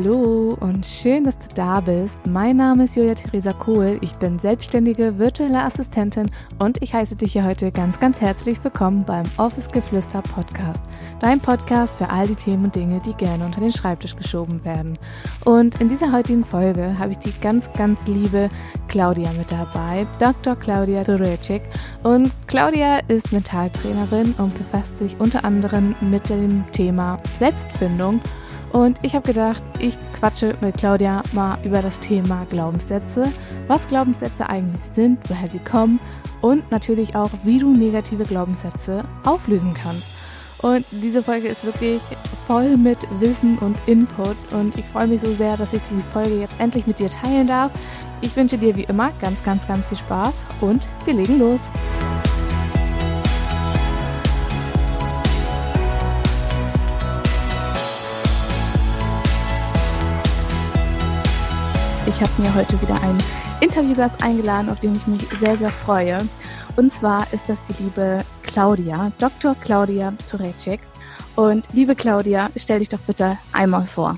Hallo und schön, dass du da bist. Mein Name ist Julia Theresa Kohl. Ich bin selbstständige virtuelle Assistentin und ich heiße dich hier heute ganz, ganz herzlich willkommen beim Office Geflüster Podcast. Dein Podcast für all die Themen und Dinge, die gerne unter den Schreibtisch geschoben werden. Und in dieser heutigen Folge habe ich die ganz, ganz liebe Claudia mit dabei, Dr. Claudia Turecek. Und Claudia ist Mentaltrainerin und befasst sich unter anderem mit dem Thema Selbstfindung. Und ich habe gedacht, ich quatsche mit Claudia mal über das Thema Glaubenssätze, was Glaubenssätze eigentlich sind, woher sie kommen und natürlich auch, wie du negative Glaubenssätze auflösen kannst. Und diese Folge ist wirklich voll mit Wissen und Input und ich freue mich so sehr, dass ich die Folge jetzt endlich mit dir teilen darf. Ich wünsche dir wie immer ganz, ganz, ganz viel Spaß und wir legen los. Ich habe mir heute wieder einen Interviewgast eingeladen, auf den ich mich sehr, sehr freue. Und zwar ist das die liebe Claudia, Dr. Claudia Turecek. Und liebe Claudia, stell dich doch bitte einmal vor.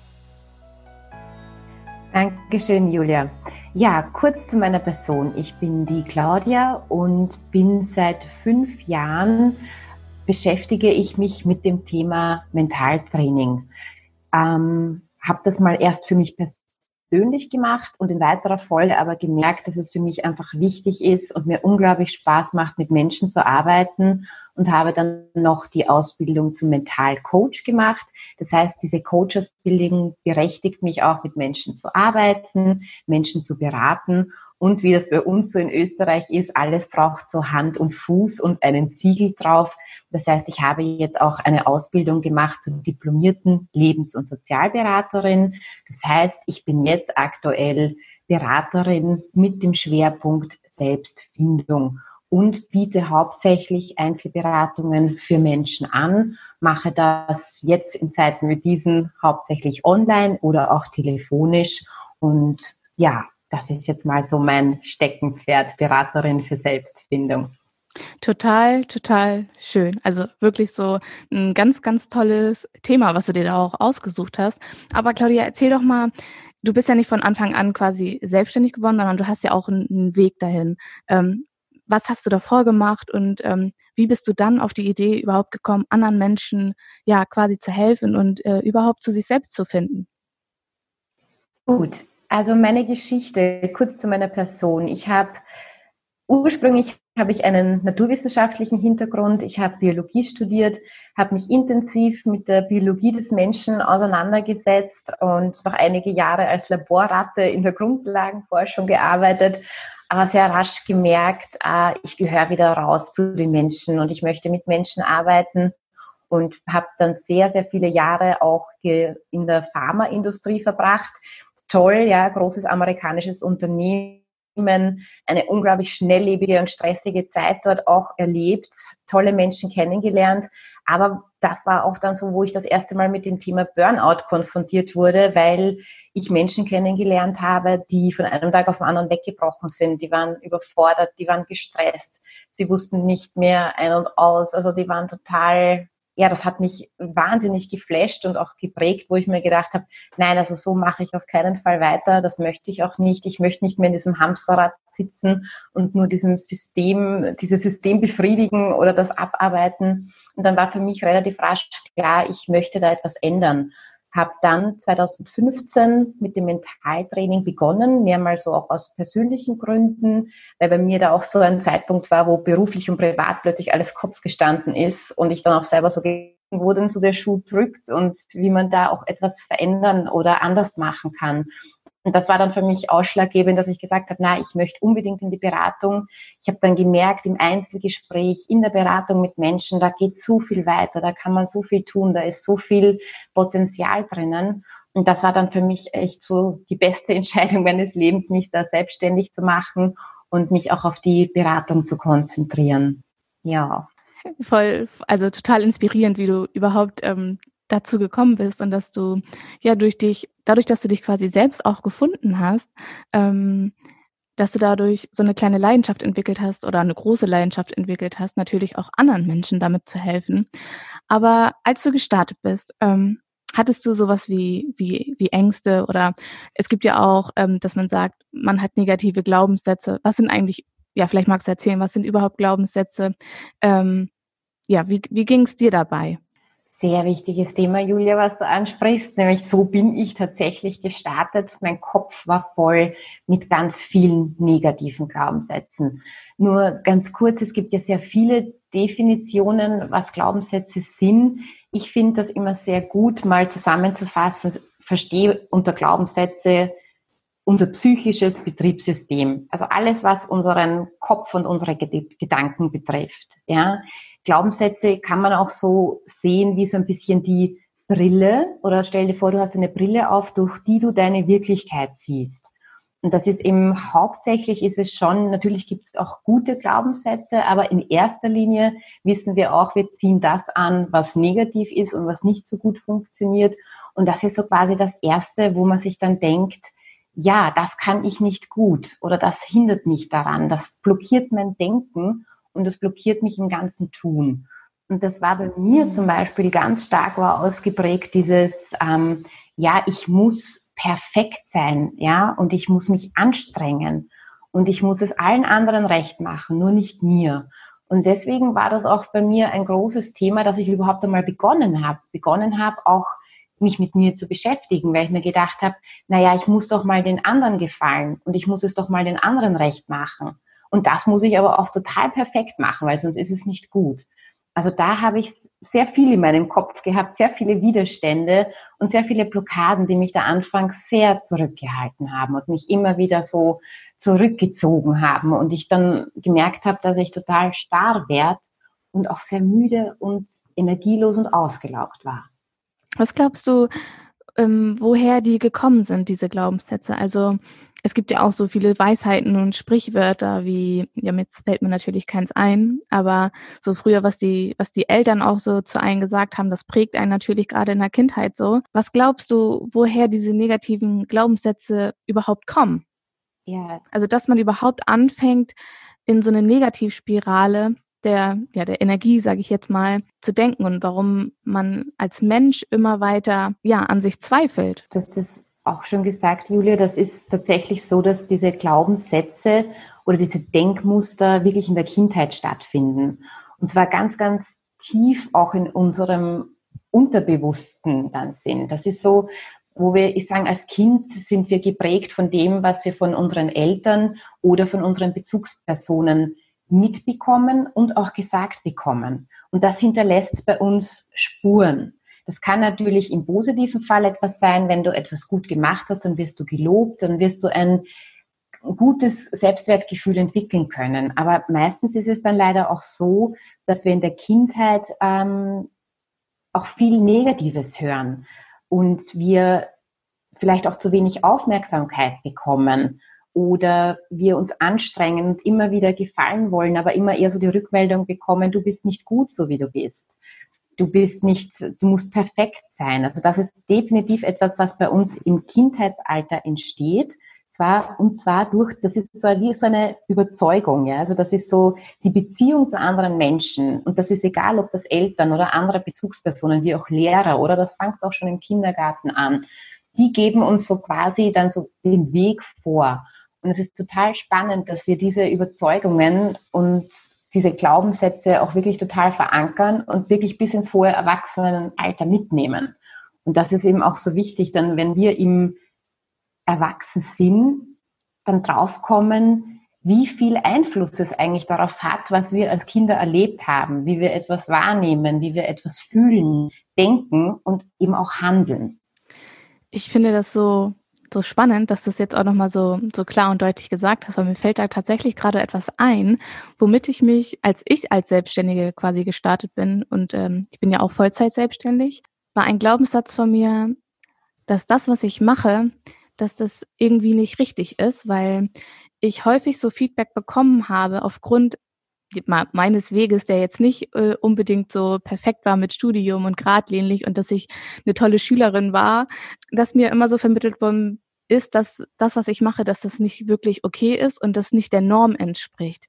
Dankeschön, Julia. Ja, kurz zu meiner Person. Ich bin die Claudia und bin seit 5 Jahren beschäftige ich mich mit dem Thema Mentaltraining. Habe das mal erst für mich persönlich gemacht und in weiterer Folge aber gemerkt, dass es für mich einfach wichtig ist und mir unglaublich Spaß macht, mit Menschen zu arbeiten und habe dann noch die Ausbildung zum Mentalcoach gemacht. Das heißt, diese Coach-Ausbildung berechtigt mich auch, mit Menschen zu arbeiten, Menschen zu beraten. Und wie das bei uns so in Österreich ist, alles braucht so Hand und Fuß und einen Siegel drauf. Das heißt, ich habe jetzt auch eine Ausbildung gemacht zur diplomierten Lebens- und Sozialberaterin. Das heißt, ich bin jetzt aktuell Beraterin mit dem Schwerpunkt Selbstfindung und biete hauptsächlich Einzelberatungen für Menschen an, mache das jetzt in Zeiten wie diesen hauptsächlich online oder auch telefonisch und ja, das ist jetzt mal so mein Steckenpferd, Beraterin für Selbstfindung. Total, total schön. Also wirklich so ein ganz, ganz tolles Thema, was du dir da auch ausgesucht hast. Aber Claudia, erzähl doch mal, du bist ja nicht von Anfang an quasi selbstständig geworden, sondern du hast ja auch einen Weg dahin. Was hast du davor gemacht und wie bist du dann auf die Idee überhaupt gekommen, anderen Menschen ja quasi zu helfen und überhaupt zu sich selbst zu finden? Gut, also meine Geschichte, kurz zu meiner Person. Ursprünglich habe ich einen naturwissenschaftlichen Hintergrund. Ich habe Biologie studiert, habe mich intensiv mit der Biologie des Menschen auseinandergesetzt und noch einige Jahre als Laborratte in der Grundlagenforschung gearbeitet, aber sehr rasch gemerkt, ich gehöre wieder raus zu den Menschen und ich möchte mit Menschen arbeiten und habe dann sehr, sehr viele Jahre auch in der Pharmaindustrie verbracht. Toll, ja, großes amerikanisches Unternehmen, eine unglaublich schnelllebige und stressige Zeit dort auch erlebt, tolle Menschen kennengelernt. Aber das war auch dann so, wo ich das erste Mal mit dem Thema Burnout konfrontiert wurde, weil ich Menschen kennengelernt habe, die von einem Tag auf den anderen weggebrochen sind. Die waren überfordert, die waren gestresst, sie wussten nicht mehr ein und aus. Also die waren total... Ja, das hat mich wahnsinnig geflasht und auch geprägt, wo ich mir gedacht habe, nein, also so mache ich auf keinen Fall weiter, das möchte ich auch nicht. Ich möchte nicht mehr in diesem Hamsterrad sitzen und nur dieses System befriedigen oder das abarbeiten. Und dann war für mich relativ rasch klar, ich möchte da etwas ändern. Habe dann 2015 mit dem Mentaltraining begonnen, mehrmals so auch aus persönlichen Gründen, weil bei mir da auch so ein Zeitpunkt war, wo beruflich und privat plötzlich alles Kopf gestanden ist und ich dann auch selber so wo denn so der Schuh drückt und wie man da auch etwas verändern oder anders machen kann. Und das war dann für mich ausschlaggebend, dass ich gesagt habe, na, ich möchte unbedingt in die Beratung. Ich habe dann gemerkt, im Einzelgespräch, in der Beratung mit Menschen, da geht so viel weiter, da kann man so viel tun, da ist so viel Potenzial drinnen. Und das war dann für mich echt so die beste Entscheidung meines Lebens, mich da selbstständig zu machen und mich auch auf die Beratung zu konzentrieren. Ja. Voll, also total inspirierend, wie du überhaupt dazu gekommen bist und dass du ja dadurch, dass du dich quasi selbst auch gefunden hast, dass du dadurch so eine kleine Leidenschaft entwickelt hast oder eine große Leidenschaft entwickelt hast, natürlich auch anderen Menschen damit zu helfen. Aber als du gestartet bist, Hattest du sowas wie Ängste oder es gibt ja auch, dass man sagt, man hat negative Glaubenssätze. Was sind eigentlich, ja, vielleicht magst du erzählen, was sind überhaupt Glaubenssätze? Wie ging es dir dabei? Sehr wichtiges Thema, Julia, was du ansprichst. Nämlich so bin ich tatsächlich gestartet. Mein Kopf war voll mit ganz vielen negativen Glaubenssätzen. Nur ganz kurz, es gibt ja sehr viele Definitionen, was Glaubenssätze sind. Ich finde das immer sehr gut, mal zusammenzufassen. Verstehe unter Glaubenssätze unser psychisches Betriebssystem. Also alles, was unseren Kopf und unsere Gedanken betrifft. Ja. Glaubenssätze kann man auch so sehen wie so ein bisschen die Brille, oder stell dir vor, du hast eine Brille auf, durch die du deine Wirklichkeit siehst. Und das ist eben hauptsächlich ist es schon, natürlich gibt es auch gute Glaubenssätze, aber in erster Linie wissen wir auch, wir ziehen das an, was negativ ist und was nicht so gut funktioniert. Und das ist so quasi das Erste, wo man sich dann denkt, ja, das kann ich nicht gut oder das hindert mich daran, das blockiert mein Denken und das blockiert mich im ganzen Tun. Und das war bei mir zum Beispiel ganz stark war ausgeprägt dieses, ja, ich muss perfekt sein, ja, und ich muss mich anstrengen und ich muss es allen anderen recht machen, nur nicht mir. Und deswegen war das auch bei mir ein großes Thema, dass ich überhaupt einmal begonnen habe, auch mich mit mir zu beschäftigen, weil ich mir gedacht habe, naja, ich muss doch mal den anderen gefallen und ich muss es doch mal den anderen recht machen. Und das muss ich aber auch total perfekt machen, weil sonst ist es nicht gut. Also da habe ich sehr viel in meinem Kopf gehabt, sehr viele Widerstände und sehr viele Blockaden, die mich da anfangs sehr zurückgehalten haben und mich immer wieder so zurückgezogen haben. Und ich dann gemerkt habe, dass ich total starr werde und auch sehr müde und energielos und ausgelaugt war. Was glaubst du, woher die gekommen sind, diese Glaubenssätze? Also es gibt ja auch so viele Weisheiten und Sprichwörter wie, ja, jetzt fällt mir natürlich keins ein, aber so früher, was die Eltern auch so zu einem gesagt haben, das prägt einen natürlich gerade in der Kindheit so. Was glaubst du, woher diese negativen Glaubenssätze überhaupt kommen? Ja, Also dass man überhaupt anfängt, in so eine Negativspirale der Energie, sage ich jetzt mal, zu denken und warum man als Mensch immer weiter, ja, an sich zweifelt. du hast es auch schon gesagt, Julia, das ist tatsächlich so, dass diese Glaubenssätze oder diese Denkmuster wirklich in der Kindheit stattfinden. Und zwar ganz, ganz tief auch in unserem Unterbewussten dann sind. Das ist so, ich sage, als Kind sind wir geprägt von dem, was wir von unseren Eltern oder von unseren Bezugspersonen mitbekommen und auch gesagt bekommen. Und das hinterlässt bei uns Spuren. Das kann natürlich im positiven Fall etwas sein, wenn du etwas gut gemacht hast, dann wirst du gelobt, dann wirst du ein gutes Selbstwertgefühl entwickeln können. Aber meistens ist es dann leider auch so, dass wir in der Kindheit auch viel Negatives hören und wir vielleicht auch zu wenig Aufmerksamkeit bekommen oder wir uns anstrengen und immer wieder gefallen wollen, aber immer eher so die Rückmeldung bekommen, du bist nicht gut, so wie du bist. Du musst perfekt sein. Also das ist definitiv etwas, was bei uns im Kindheitsalter entsteht. Das ist so wie so eine Überzeugung, ja. Also das ist so die Beziehung zu anderen Menschen. Und das ist egal, ob das Eltern oder andere Bezugspersonen, wie auch Lehrer, oder das fängt auch schon im Kindergarten an. Die geben uns so quasi dann so den Weg vor. Und es ist total spannend, dass wir diese Überzeugungen und diese Glaubenssätze auch wirklich total verankern und wirklich bis ins hohe Erwachsenenalter mitnehmen. Und das ist eben auch so wichtig, dann, wenn wir im Erwachsen sind, dann draufkommen, wie viel Einfluss es eigentlich darauf hat, was wir als Kinder erlebt haben, wie wir etwas wahrnehmen, wie wir etwas fühlen, denken und eben auch handeln. Ich finde das so spannend, dass du es jetzt auch nochmal so klar und deutlich gesagt hast, weil mir fällt da tatsächlich gerade etwas ein, womit ich mich, als ich als Selbstständige quasi gestartet bin und ich bin ja auch Vollzeit selbstständig, war ein Glaubenssatz von mir, dass das, was ich mache, dass das irgendwie nicht richtig ist, weil ich häufig so Feedback bekommen habe aufgrund meines Weges, der jetzt nicht unbedingt so perfekt war mit Studium und geradlinig und dass ich eine tolle Schülerin war, dass mir immer so vermittelt worden ist, dass das, was ich mache, dass das nicht wirklich okay ist und das nicht der Norm entspricht.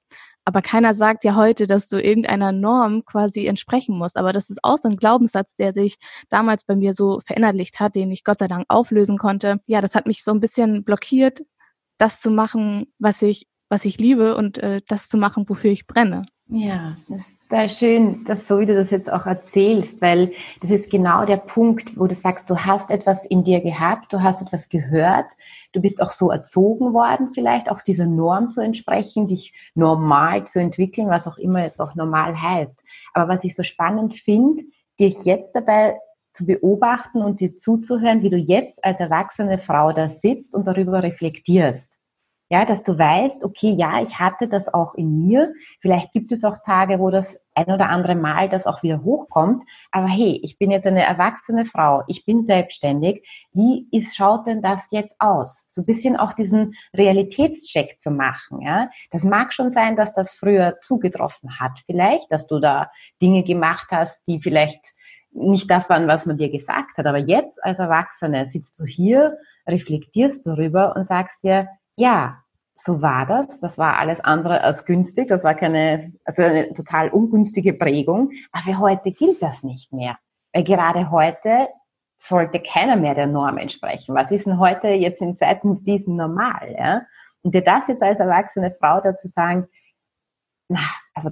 aber keiner sagt ja heute, dass du irgendeiner Norm quasi entsprechen musst. Aber das ist auch so ein Glaubenssatz, der sich damals bei mir so verinnerlicht hat, den ich Gott sei Dank auflösen konnte. Ja, das hat mich so ein bisschen blockiert, das zu machen, was ich liebe und das zu machen, wofür ich brenne. Ja, das ist total schön, dass so wie du das jetzt auch erzählst, weil das ist genau der Punkt, wo du sagst, du hast etwas in dir gehabt, du hast etwas gehört, du bist auch so erzogen worden, vielleicht auch dieser Norm zu entsprechen, dich normal zu entwickeln, was auch immer jetzt auch normal heißt. Aber was ich so spannend finde, dich jetzt dabei zu beobachten und dir zuzuhören, wie du jetzt als erwachsene Frau da sitzt und darüber reflektierst. Ja, dass du weißt, okay, ja, ich hatte das auch in mir. Vielleicht gibt es auch Tage, wo das ein oder andere Mal das auch wieder hochkommt. Aber hey, ich bin jetzt eine erwachsene Frau. Ich bin selbstständig. Schaut denn das jetzt aus? So ein bisschen auch diesen Realitätscheck zu machen, ja. Das mag schon sein, dass das früher zugetroffen hat vielleicht, dass du da Dinge gemacht hast, die vielleicht nicht das waren, was man dir gesagt hat. Aber jetzt als Erwachsene sitzt du hier, reflektierst darüber und sagst dir, ja, so war das. Das war alles andere als günstig. Das war eine total ungünstige Prägung. Aber für heute gilt das nicht mehr. Weil gerade heute sollte keiner mehr der Norm entsprechen. Was ist denn heute jetzt in Zeiten wie diesen normal? Ja? Und dir das jetzt als erwachsene Frau dazu sagen, na, also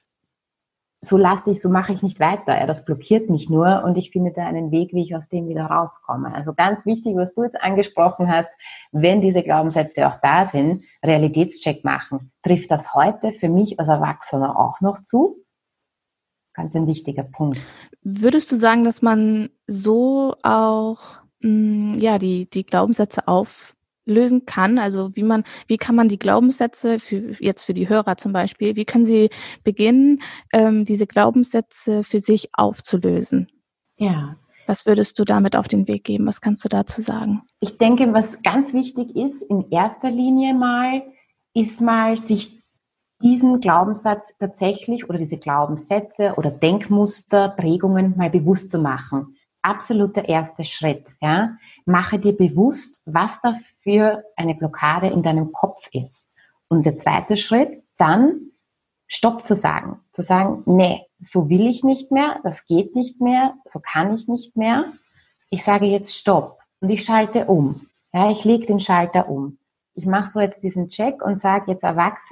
so mache ich nicht weiter. Ja, das blockiert mich nur und ich finde da einen Weg, wie ich aus dem wieder rauskomme. Also ganz wichtig, was du jetzt angesprochen hast, wenn diese Glaubenssätze auch da sind, Realitätscheck machen. Trifft das heute für mich als Erwachsener auch noch zu? Ganz ein wichtiger Punkt. Würdest du sagen, dass man so auch die Glaubenssätze auflösen kann? Also wie kann man die Glaubenssätze für die Hörer zum Beispiel, wie können sie beginnen, diese Glaubenssätze für sich aufzulösen? Ja. Was würdest du damit auf den Weg geben? Was kannst du dazu sagen? Ich denke, was ganz wichtig ist, in erster Linie ist sich diesen Glaubenssatz tatsächlich oder diese Glaubenssätze oder Denkmuster, Prägungen mal bewusst zu machen. Absoluter erster Schritt. Ja? Mache dir bewusst, was da für eine Blockade in deinem Kopf ist. Und der zweite Schritt, dann Stopp zu sagen. Zu sagen, nee, so will ich nicht mehr, das geht nicht mehr, so kann ich nicht mehr. Ich sage jetzt Stopp und ich schalte um. Ja, ich lege den Schalter um. Ich mache so jetzt diesen Check und sage jetzt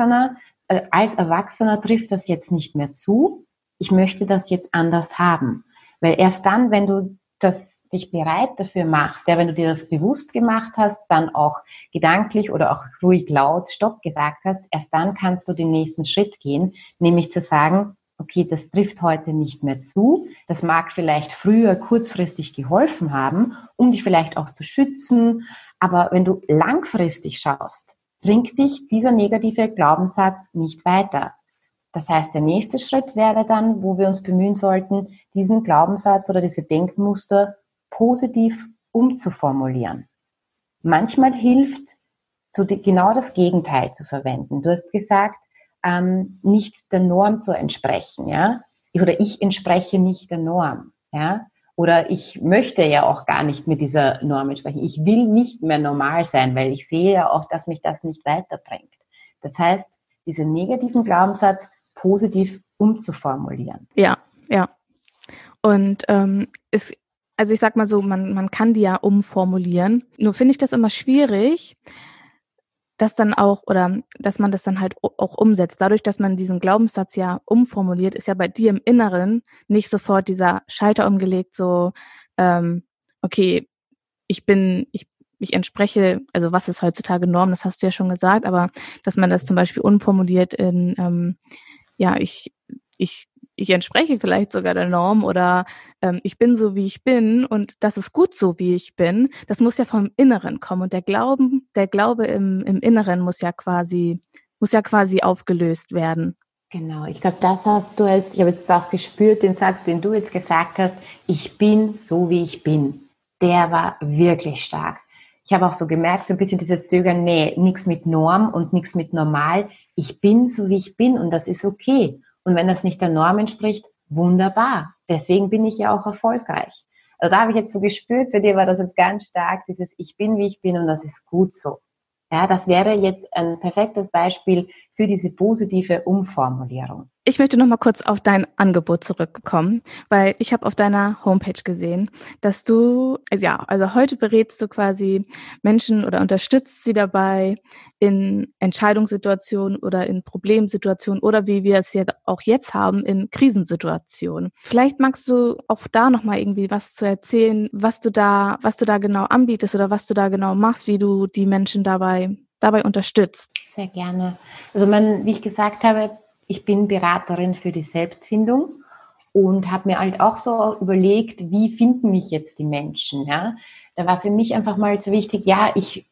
als Erwachsener trifft das jetzt nicht mehr zu. Ich möchte das jetzt anders haben. Weil erst dann, wenn du dich bereit dafür machst, ja, wenn du dir das bewusst gemacht hast, dann auch gedanklich oder auch ruhig laut Stopp gesagt hast, erst dann kannst du den nächsten Schritt gehen, nämlich zu sagen, okay, das trifft heute nicht mehr zu. Das mag vielleicht früher kurzfristig geholfen haben, um dich vielleicht auch zu schützen. Aber wenn du langfristig schaust, bringt dich dieser negative Glaubenssatz nicht weiter. Das heißt, der nächste Schritt wäre dann, wo wir uns bemühen sollten, diesen Glaubenssatz oder diese Denkmuster positiv umzuformulieren. Manchmal hilft, genau das Gegenteil zu verwenden. Du hast gesagt, nicht der Norm zu entsprechen, ja? Oder ich entspreche nicht der Norm, ja? Oder ich möchte ja auch gar nicht mit dieser Norm entsprechen. Ich will nicht mehr normal sein, weil ich sehe ja auch, dass mich das nicht weiterbringt. Das heißt, diesen negativen Glaubenssatz positiv umzuformulieren. Ja, ja. Und also ich sag mal so, man kann die ja umformulieren. Nur finde ich das immer schwierig, dass man das dann halt auch umsetzt. Dadurch, dass man diesen Glaubenssatz ja umformuliert, ist ja bei dir im Inneren nicht sofort dieser Schalter umgelegt, so, okay, ich entspreche, also was ist heutzutage Norm, das hast du ja schon gesagt, aber dass man das zum Beispiel umformuliert in, ich entspreche vielleicht sogar der Norm oder ich bin so, wie ich bin und das ist gut so, wie ich bin. Das muss ja vom Inneren kommen und der Glaube im Inneren muss ja quasi aufgelöst werden. Genau, ich glaube, ich habe jetzt auch gespürt, den Satz, den du jetzt gesagt hast, ich bin so, wie ich bin. Der war wirklich stark. Ich habe auch so gemerkt, so ein bisschen dieses Zögern, nee, nichts mit Norm und nichts mit normal. Ich bin so, wie ich bin und das ist okay. Und wenn das nicht der Norm entspricht, wunderbar. Deswegen bin ich ja auch erfolgreich. Also da habe ich jetzt so gespürt, bei dir war das jetzt ganz stark, dieses Ich bin, wie ich bin und das ist gut so. Ja, das wäre jetzt ein perfektes Beispiel für diese positive Umformulierung. Ich möchte noch mal kurz auf dein Angebot zurückkommen, weil ich habe auf deiner Homepage gesehen, dass du, also heute berätst du quasi Menschen oder unterstützt sie dabei in Entscheidungssituationen oder in Problemsituationen oder wie wir es jetzt haben, in Krisensituationen. Vielleicht magst du auch da noch mal irgendwie was zu erzählen, was du da genau anbietest oder was du da genau machst, wie du die Menschen dabei unterstützt. Sehr gerne. Also wie ich gesagt habe, ich bin Beraterin für die Selbstfindung und habe mir halt auch so überlegt, wie finden mich jetzt die Menschen. Ja? Da war für mich einfach mal so wichtig, ja, ich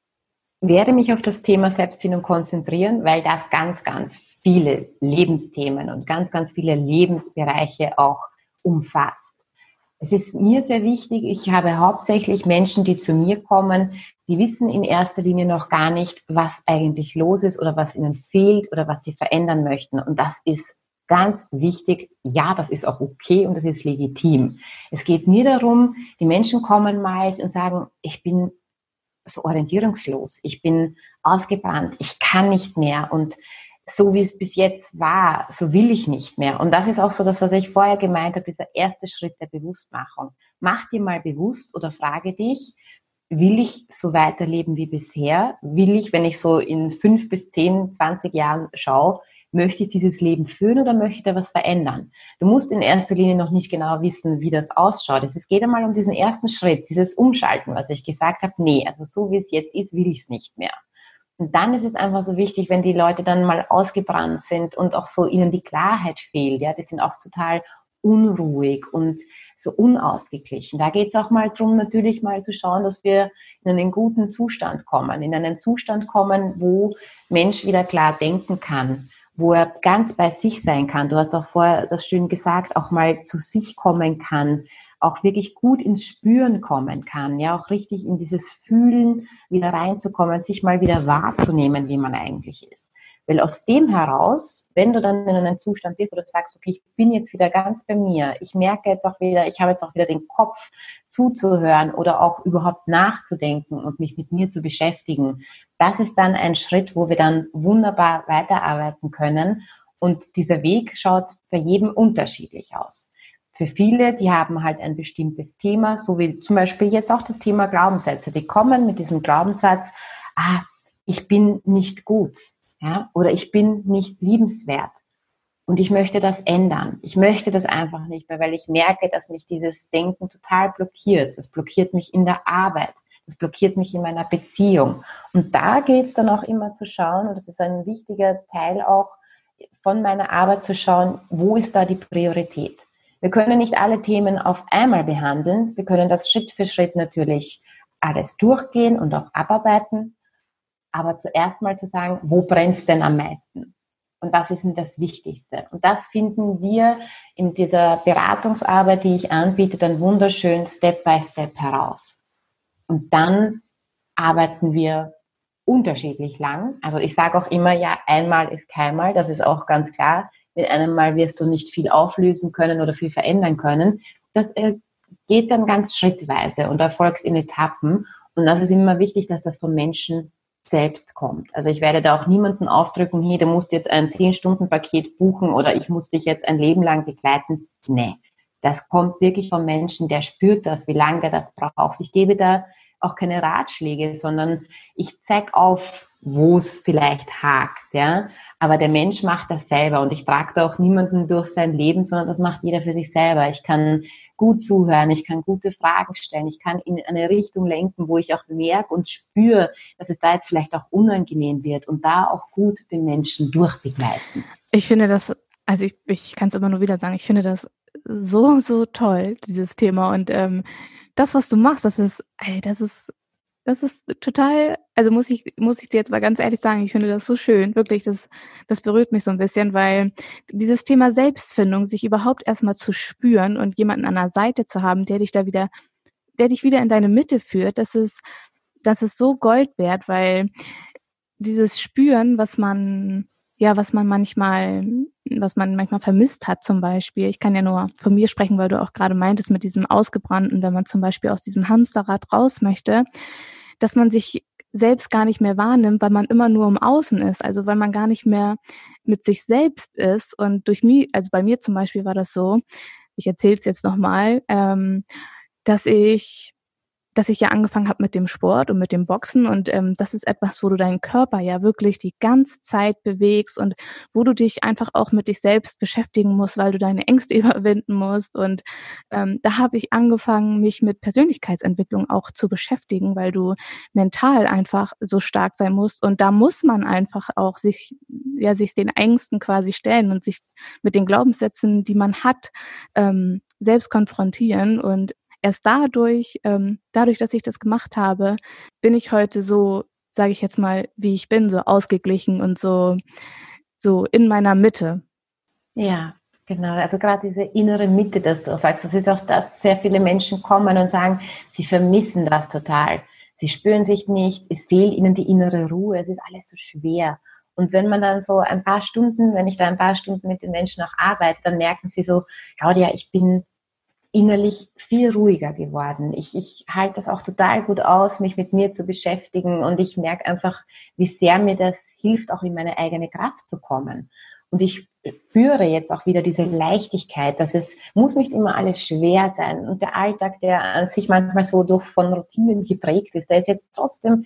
werde mich auf das Thema Selbstfindung konzentrieren, weil das ganz, ganz viele Lebensthemen und ganz, ganz viele Lebensbereiche auch umfasst. Es ist mir sehr wichtig, ich habe hauptsächlich Menschen, die zu mir kommen, die wissen in erster Linie noch gar nicht, was eigentlich los ist oder was ihnen fehlt oder was sie verändern möchten. Und das ist ganz wichtig. Ja, das ist auch okay und das ist legitim. Es geht mir darum, die Menschen kommen mal und sagen, ich bin so orientierungslos, ich bin ausgebrannt, ich kann nicht mehr und so wie es bis jetzt war, so will ich nicht mehr. Und das ist auch so das, was ich vorher gemeint habe, dieser erste Schritt der Bewusstmachung. Mach dir mal bewusst oder frage dich, will ich so weiterleben wie bisher? Will ich, wenn ich so in 5 bis 10, 20 Jahren schaue, möchte ich dieses Leben führen oder möchte ich da was verändern? Du musst in erster Linie noch nicht genau wissen, wie das ausschaut. Es geht einmal um diesen ersten Schritt, dieses Umschalten, was ich gesagt habe. Nee, also so wie es jetzt ist, will ich es nicht mehr. Und dann ist es einfach so wichtig, wenn die Leute dann mal ausgebrannt sind und auch so ihnen die Klarheit fehlt, ja, die sind auch total unruhig und so unausgeglichen. Da geht es auch mal darum, natürlich mal zu schauen, dass wir in einen guten Zustand kommen, in einen Zustand kommen, wo Mensch wieder klar denken kann, wo er ganz bei sich sein kann. Du hast auch vorher das schön gesagt, auch mal zu sich kommen kann, auch wirklich gut ins Spüren kommen kann, ja, auch richtig in dieses Fühlen wieder reinzukommen, sich mal wieder wahrzunehmen, wie man eigentlich ist. Weil aus dem heraus, wenn du dann in einem Zustand bist, wo du sagst, okay, ich bin jetzt wieder ganz bei mir, ich merke jetzt auch wieder, ich habe jetzt auch wieder den Kopf zuzuhören oder auch überhaupt nachzudenken und mich mit mir zu beschäftigen, das ist dann ein Schritt, wo wir dann wunderbar weiterarbeiten können. Und dieser Weg schaut bei jedem unterschiedlich aus. Für viele, die haben halt ein bestimmtes Thema, so wie zum Beispiel jetzt auch das Thema Glaubenssätze. Die kommen mit diesem Glaubenssatz, ich bin nicht gut, ja, oder ich bin nicht liebenswert und ich möchte das ändern. Ich möchte das einfach nicht mehr, weil ich merke, dass mich dieses Denken total blockiert. Das blockiert mich in der Arbeit, das blockiert mich in meiner Beziehung. Und da geht es dann auch immer zu schauen, und das ist ein wichtiger Teil auch von meiner Arbeit zu schauen, wo ist da die Priorität? Wir können nicht alle Themen auf einmal behandeln. Wir können das Schritt für Schritt natürlich alles durchgehen und auch abarbeiten. Aber zuerst mal zu sagen, wo brennt es denn am meisten? Und was ist denn das Wichtigste? Und das finden wir in dieser Beratungsarbeit, die ich anbiete, dann wunderschön Step by Step heraus. Und dann arbeiten wir unterschiedlich lang. Also ich sage auch immer, ja, einmal ist keinmal, das ist auch ganz klar. Mit einem Mal wirst du nicht viel auflösen können oder viel verändern können. Das geht dann ganz schrittweise und erfolgt in Etappen. Und das ist immer wichtig, dass das vom Menschen selbst kommt. Also ich werde da auch niemanden aufdrücken, hey, du musst jetzt ein 10-Stunden-Paket buchen oder ich muss dich jetzt ein Leben lang begleiten. Nee, das kommt wirklich vom Menschen, der spürt das, wie lange der das braucht. Ich gebe da auch keine Ratschläge, sondern ich zeige auf, wo es vielleicht hakt, ja. Aber der Mensch macht das selber und ich trage da auch niemanden durch sein Leben, sondern das macht jeder für sich selber. Ich kann gut zuhören, ich kann gute Fragen stellen, ich kann in eine Richtung lenken, wo ich auch merke und spüre, dass es da jetzt vielleicht auch unangenehm wird und da auch gut den Menschen durchbegleiten. Ich finde das, also ich kann es immer nur wieder sagen, ich finde das so, so toll, dieses Thema und das, was du machst, das ist total, also muss ich dir jetzt mal ganz ehrlich sagen, ich finde das so schön, wirklich, das berührt mich so ein bisschen, weil dieses Thema Selbstfindung, sich überhaupt erstmal zu spüren und jemanden an der Seite zu haben, der dich wieder in deine Mitte führt, das ist so Gold wert, weil dieses Spüren, was man manchmal vermisst hat zum Beispiel. Ich kann ja nur von mir sprechen, weil du auch gerade meintest mit diesem Ausgebrannten, wenn man zum Beispiel aus diesem Hamsterrad raus möchte, dass man sich selbst gar nicht mehr wahrnimmt, weil man immer nur im Außen ist, also weil man gar nicht mehr mit sich selbst ist. Und durch mich, also bei mir zum Beispiel war das so, ich erzähle es jetzt nochmal, dass ich dass ich ja angefangen habe mit dem Sport und mit dem Boxen und das ist etwas, wo du deinen Körper ja wirklich die ganze Zeit bewegst und wo du dich einfach auch mit dich selbst beschäftigen musst, weil du deine Ängste überwinden musst. Und da habe ich angefangen, mich mit Persönlichkeitsentwicklung auch zu beschäftigen, weil du mental einfach so stark sein musst. Und da muss man einfach auch sich den Ängsten quasi stellen und sich mit den Glaubenssätzen, die man hat, selbst konfrontieren. Und erst dadurch, dass ich das gemacht habe, bin ich heute so, sage ich jetzt mal, wie ich bin, so ausgeglichen und so in meiner Mitte. Ja, genau. Also gerade diese innere Mitte, dass du auch sagst, das ist auch das, sehr viele Menschen kommen und sagen, sie vermissen das total. Sie spüren sich nicht, es fehlt ihnen die innere Ruhe, es ist alles so schwer. Und wenn man dann so ein paar Stunden, wenn ich da ein paar Stunden mit den Menschen auch arbeite, dann merken sie so, Claudia, ich bin innerlich viel ruhiger geworden. Ich halte das auch total gut aus, mich mit mir zu beschäftigen und ich merke einfach, wie sehr mir das hilft, auch in meine eigene Kraft zu kommen. Und ich spüre jetzt auch wieder diese Leichtigkeit, dass es muss nicht immer alles schwer sein. Und der Alltag, der an sich manchmal so von Routinen geprägt ist, der ist jetzt trotzdem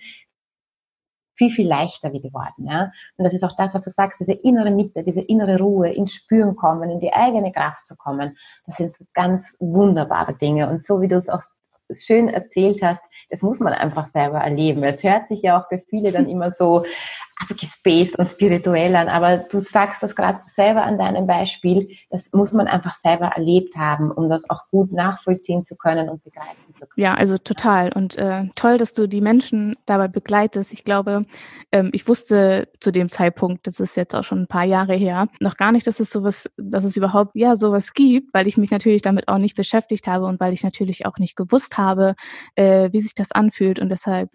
viel, viel leichter wieder geworden. Ja? Und das ist auch das, was du sagst, diese innere Mitte, diese innere Ruhe, ins Spüren kommen, in die eigene Kraft zu kommen. Das sind so ganz wunderbare Dinge. Und so wie du es auch schön erzählt hast, das muss man einfach selber erleben. Es hört sich ja auch für viele dann immer so abgespaced und spirituell an, aber du sagst das gerade selber an deinem Beispiel, das muss man einfach selber erlebt haben, um das auch gut nachvollziehen zu können und begreifen zu können. Ja, also total. Und toll, dass du die Menschen dabei begleitest. Ich glaube, ich wusste zu dem Zeitpunkt, das ist jetzt auch schon ein paar Jahre her, noch gar nicht, dass es überhaupt sowas gibt, weil ich mich natürlich damit auch nicht beschäftigt habe und weil ich natürlich auch nicht gewusst habe, wie sich das anfühlt. Und deshalb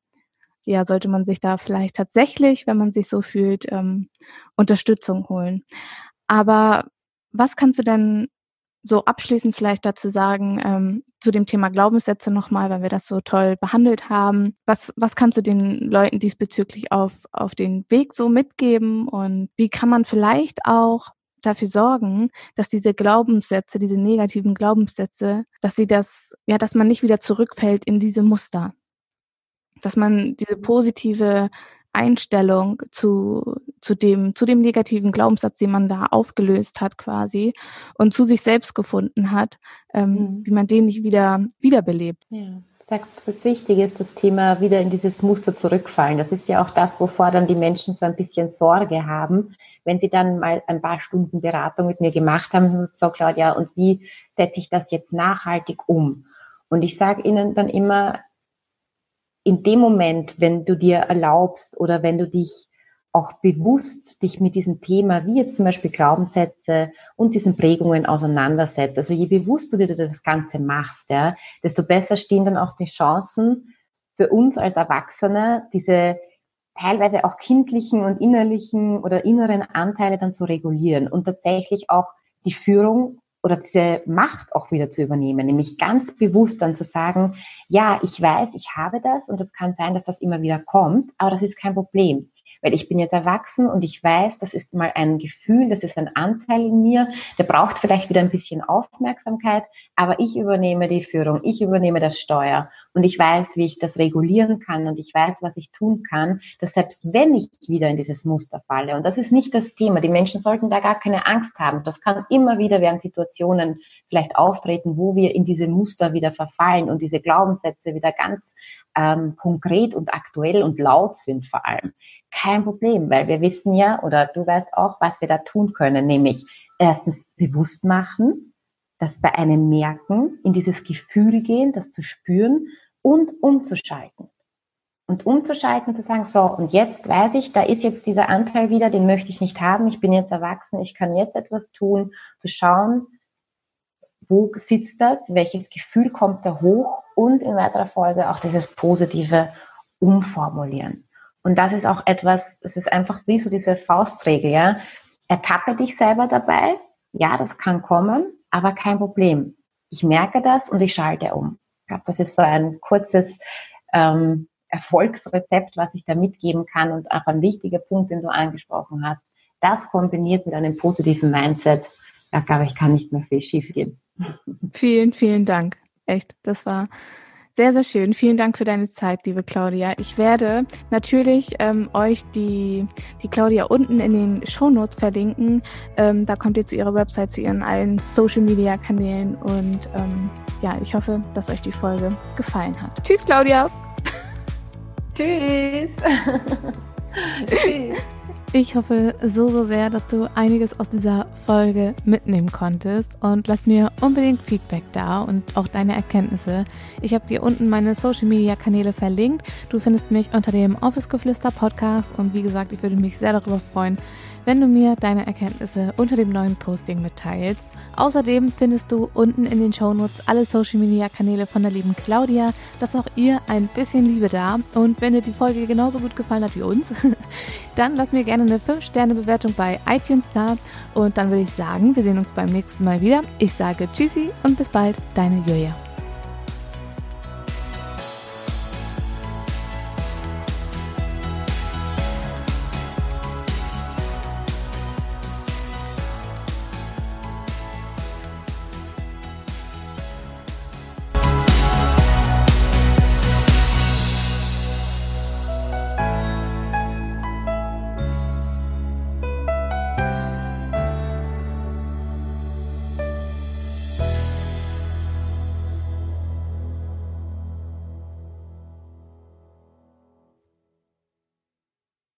sollte man sich da vielleicht tatsächlich, wenn man sich so fühlt, Unterstützung holen. Aber was kannst du denn so abschließend vielleicht dazu sagen, zu dem Thema Glaubenssätze nochmal, weil wir das so toll behandelt haben? Was kannst du den Leuten diesbezüglich auf den Weg so mitgeben? Und wie kann man vielleicht auch dafür sorgen, dass diese Glaubenssätze, diese negativen Glaubenssätze, dass man nicht wieder zurückfällt in diese Muster? Dass man diese positive Einstellung zu dem negativen Glaubenssatz, den man da aufgelöst hat quasi und zu sich selbst gefunden hat, wie man den nicht wiederbelebt. Ja, du sagst, was wichtig ist, das Thema wieder in dieses Muster zurückfallen. Das ist ja auch das, wovor dann die Menschen so ein bisschen Sorge haben, wenn sie dann mal ein paar Stunden Beratung mit mir gemacht haben, so Claudia, und wie setze ich das jetzt nachhaltig um? Und ich sage ihnen dann immer, in dem Moment, wenn du dir erlaubst oder wenn du dich auch bewusst dich mit diesem Thema, wie jetzt zum Beispiel Glaubenssätze und diesen Prägungen auseinandersetzt, also je bewusster du das Ganze machst, ja, desto besser stehen dann auch die Chancen für uns als Erwachsene, diese teilweise auch kindlichen und innerlichen oder inneren Anteile dann zu regulieren und tatsächlich auch die Führung oder diese Macht auch wieder zu übernehmen, nämlich ganz bewusst dann zu sagen, ja, ich weiß, ich habe das und es kann sein, dass das immer wieder kommt, aber das ist kein Problem, weil ich bin jetzt erwachsen und ich weiß, das ist mal ein Gefühl, das ist ein Anteil in mir, der braucht vielleicht wieder ein bisschen Aufmerksamkeit, aber ich übernehme die Führung, ich übernehme das Steuer und ich weiß, wie ich das regulieren kann und ich weiß, was ich tun kann, dass selbst wenn ich wieder in dieses Muster falle, und das ist nicht das Thema, die Menschen sollten da gar keine Angst haben, das kann immer wieder während Situationen vielleicht auftreten, wo wir in diese Muster wieder verfallen und diese Glaubenssätze wieder ganz konkret und aktuell und laut sind vor allem. Kein Problem, weil wir wissen ja, oder du weißt auch, was wir da tun können, nämlich erstens bewusst machen, das bei einem merken, in dieses Gefühl gehen, das zu spüren und umzuschalten. Und umzuschalten, zu sagen, so, und jetzt weiß ich, da ist jetzt dieser Anteil wieder, den möchte ich nicht haben, ich bin jetzt erwachsen, ich kann jetzt etwas tun, zu schauen, wo sitzt das, welches Gefühl kommt da hoch und in weiterer Folge auch dieses positive Umformulieren. Und das ist auch etwas, das ist einfach wie so diese Faustregel, ja. Ertappe dich selber dabei, ja, das kann kommen, aber kein Problem. Ich merke das und ich schalte um. Ich glaube, das ist so ein kurzes Erfolgsrezept, was ich da mitgeben kann und auch ein wichtiger Punkt, den du angesprochen hast. Das kombiniert mit einem positiven Mindset, da glaube ich, kann nicht mehr viel schief gehen. Vielen, vielen Dank. Echt, das war sehr, sehr schön. Vielen Dank für deine Zeit, liebe Claudia. Ich werde natürlich euch die Claudia unten in den Shownotes verlinken. Da kommt ihr zu ihrer Website, zu ihren allen Social-Media-Kanälen und ich hoffe, dass euch die Folge gefallen hat. Tschüss, Claudia! Tschüss! Tschüss! Ich hoffe so sehr, dass du einiges aus dieser Folge mitnehmen konntest und lass mir unbedingt Feedback da und auch deine Erkenntnisse. Ich habe dir unten meine Social-Media-Kanäle verlinkt. Du findest mich unter dem Office-Geflüster Podcast und wie gesagt, ich würde mich sehr darüber freuen, wenn du mir deine Erkenntnisse unter dem neuen Posting mitteilst. Außerdem findest du unten in den Shownotes alle Social-Media-Kanäle von der lieben Claudia. Lasst auch ihr ein bisschen Liebe da. Und wenn dir die Folge genauso gut gefallen hat wie uns, dann lass mir gerne eine 5-Sterne-Bewertung bei iTunes da. Und dann würde ich sagen, wir sehen uns beim nächsten Mal wieder. Ich sage Tschüssi und bis bald, deine Julia.